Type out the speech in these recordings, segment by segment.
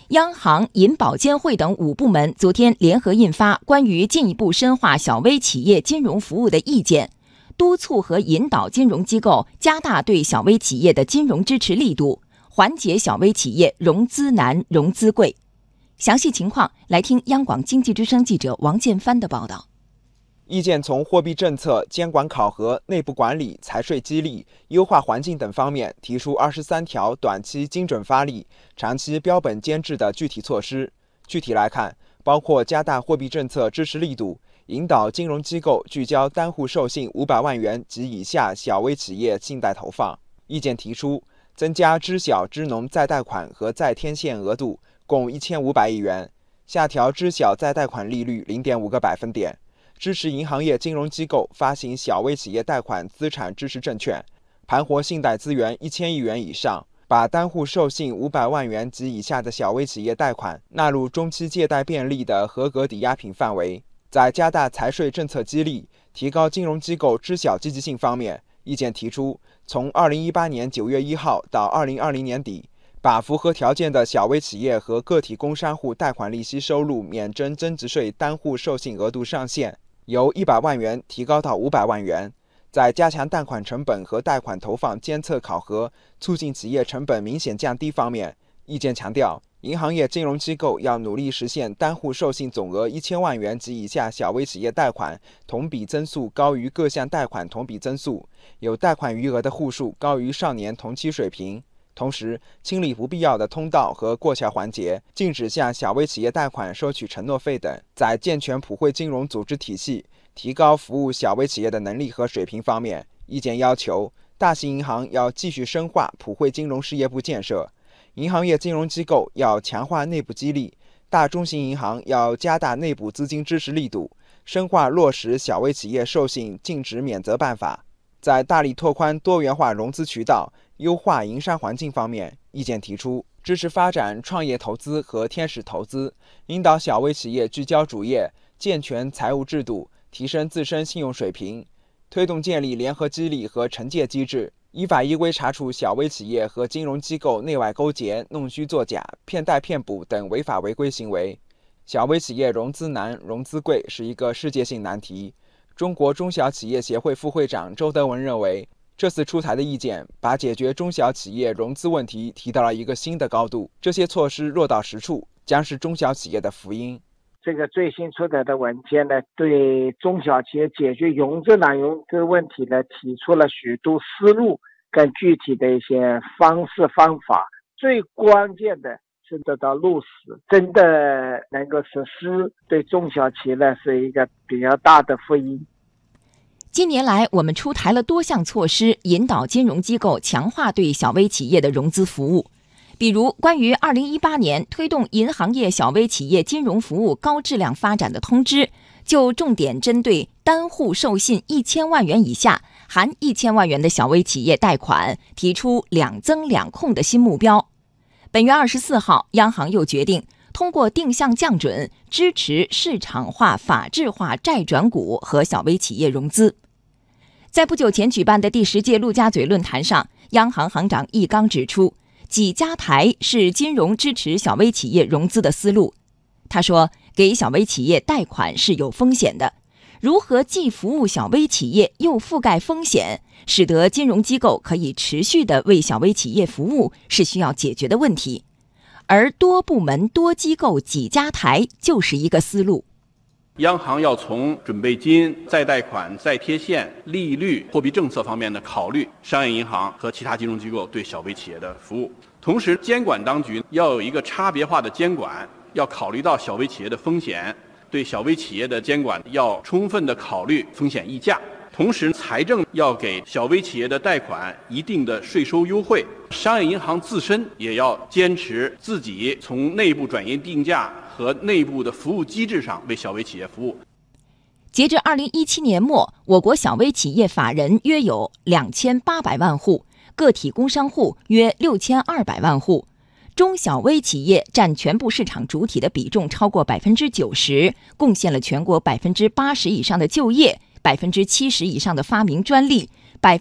央行、银保监会等5部门昨天联合印发关于进一步深化小微企业金融服务的意见，督促和引导金融机构加大对小微企业的金融支持力度，缓解小微企业融资难、融资贵。详细情况来听央广经济之声记者王建帆的报道。 意见从货币政策、监管考核、内部管理、财税激励、优化环境等方面提出23条短期精准发力、长期标本兼治的具体措施。具体来看，包括加大货币政策支持力度，引导金融机构聚焦单户授信500万元及以下小微企业信贷投放。意见提出，增加知小知农再贷款和再贴现额度，共1500亿元，下调知小再贷款利率0.5个百分点。支持银行业金融机构发行小微企业贷款资产支持证券，盘活信贷资源1000亿元以上，把单户授信500万元及以下的小微企业贷款纳入中期借贷便利的合格抵押品范围。在加大财税政策激励、提高金融机构知晓积极性方面，意见提出，从2018年9月1号到2020年底，把符合条件的小微企业和个体工商户贷款利息收入免征增值税单户授信额度上限由100万元提高到500万元，在加强贷款成本和贷款投放监测考核，促进企业成本明显降低方面，意见强调，银行业金融机构要努力实现单户授信总额1000万元及以下小微企业贷款同比增速高于各项贷款同比增速，有贷款余额的户数高于上年同期水平。同时，清理不必要的通道和过桥环节，禁止向小微企业贷款收取承诺费等。在健全普惠金融组织体系、提高服务小微企业的能力和水平方面，意见要求，大型银行要继续深化普惠金融事业部建设，银行业金融机构要强化内部激励，大中型银行要加大内部资金支持力度，深化落实小微企业授信禁止免责办法。在大力拓宽多元化融资渠道、优化营商环境方面，意见提出，支持发展创业投资和天使投资，引导小微企业聚焦主业，健全财务制度，提升自身信用水平，推动建立联合激励和惩戒机制，依法依规查处小微企业和金融机构内外勾结、弄虚作假、骗贷骗补等违法违规行为。小微企业融资难、融资贵是一个世界性难题。中国中小企业协会副会长周德文认为，这次出台的意见把解决中小企业融资问题提到了一个新的高度，这些措施落到实处，将是中小企业的福音。 这个最新出台的文件呢，对中小企业解决融资难、融资问题呢，提出了许多思路跟具体的一些方式方法，最关键的是得到落实，真的能够实施，对中小企业呢是一个比较大的福音。 近年来，我们出台了多项措施，引导金融机构强化对小微企业的融资服务。比如，关于2018年推动银行业小微企业金融服务高质量发展的通知，就重点针对单户授信1000万元以下含1000万元的小微企业贷款，提出2增2控的新目标。本月24号，央行又决定通过定向降准，支持市场化、法治化债转股和小微企业融资。在不久前举办的第10届陆家嘴论坛上，央行行长易纲指出，几家台是金融支持小微企业融资的思路。他说，给小微企业贷款是有风险的，如何既服务小微企业又覆盖风险，使得金融机构可以持续地为小微企业服务，是需要解决的问题。而多部门、多机构、几家台就是一个思路。 央行要从准备金、再贷款、再贴现、利率、货币政策方面的考虑商业银行和其他金融机构对小微企业的服务。同时，监管当局要有一个差别化的监管，要考虑到小微企业的风险，对小微企业的监管要充分的考虑风险溢价。同时，财政要给小微企业的贷款一定的税收优惠，商业银行自身也要坚持自己从内部转移定价和内部的服务机制上为小微企业服务。 截至2017年末，我国小微企业法人约有2800万户，个体工商户约6200万户，中小微企业占全部市场主体的比重超过90%，贡献了全国80%以上的就业，70%以上的发明专利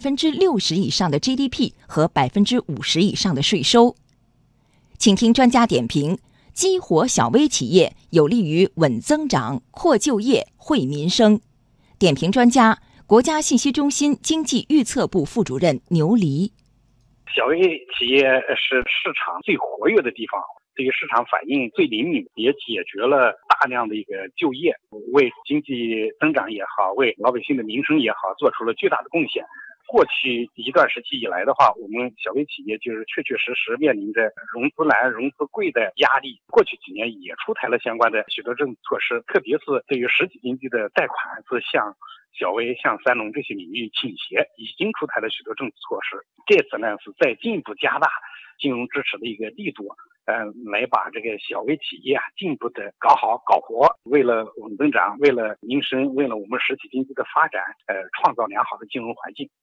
，60%以上的 GDP 和50%以上的税收。请听专家点评： 激活小微企业，有利于稳增长、扩就业、惠民生。点评专家，国家信息中心经济预测部副主任牛黎。 小微企业是市场最活跃的地方，对于市场反应最灵敏，也解决了大量的一个就业，为经济增长也好，为老百姓的民生也好，做出了巨大的贡献。过去一段时期以来的话，我们小微企业就是确确实实面临着融资难、融资贵的压力。过去几年也出台了相关的许多政策措施，特别是对于实体经济的贷款是向小微、向三农这些领域倾斜，已经出台了许多政策措施。这次呢是再进一步加大金融支持的一个力度，来把这个小微企业进一步的搞好搞活，为了稳增长，为了民生，为了我们实体经济的发展，创造良好的金融环境。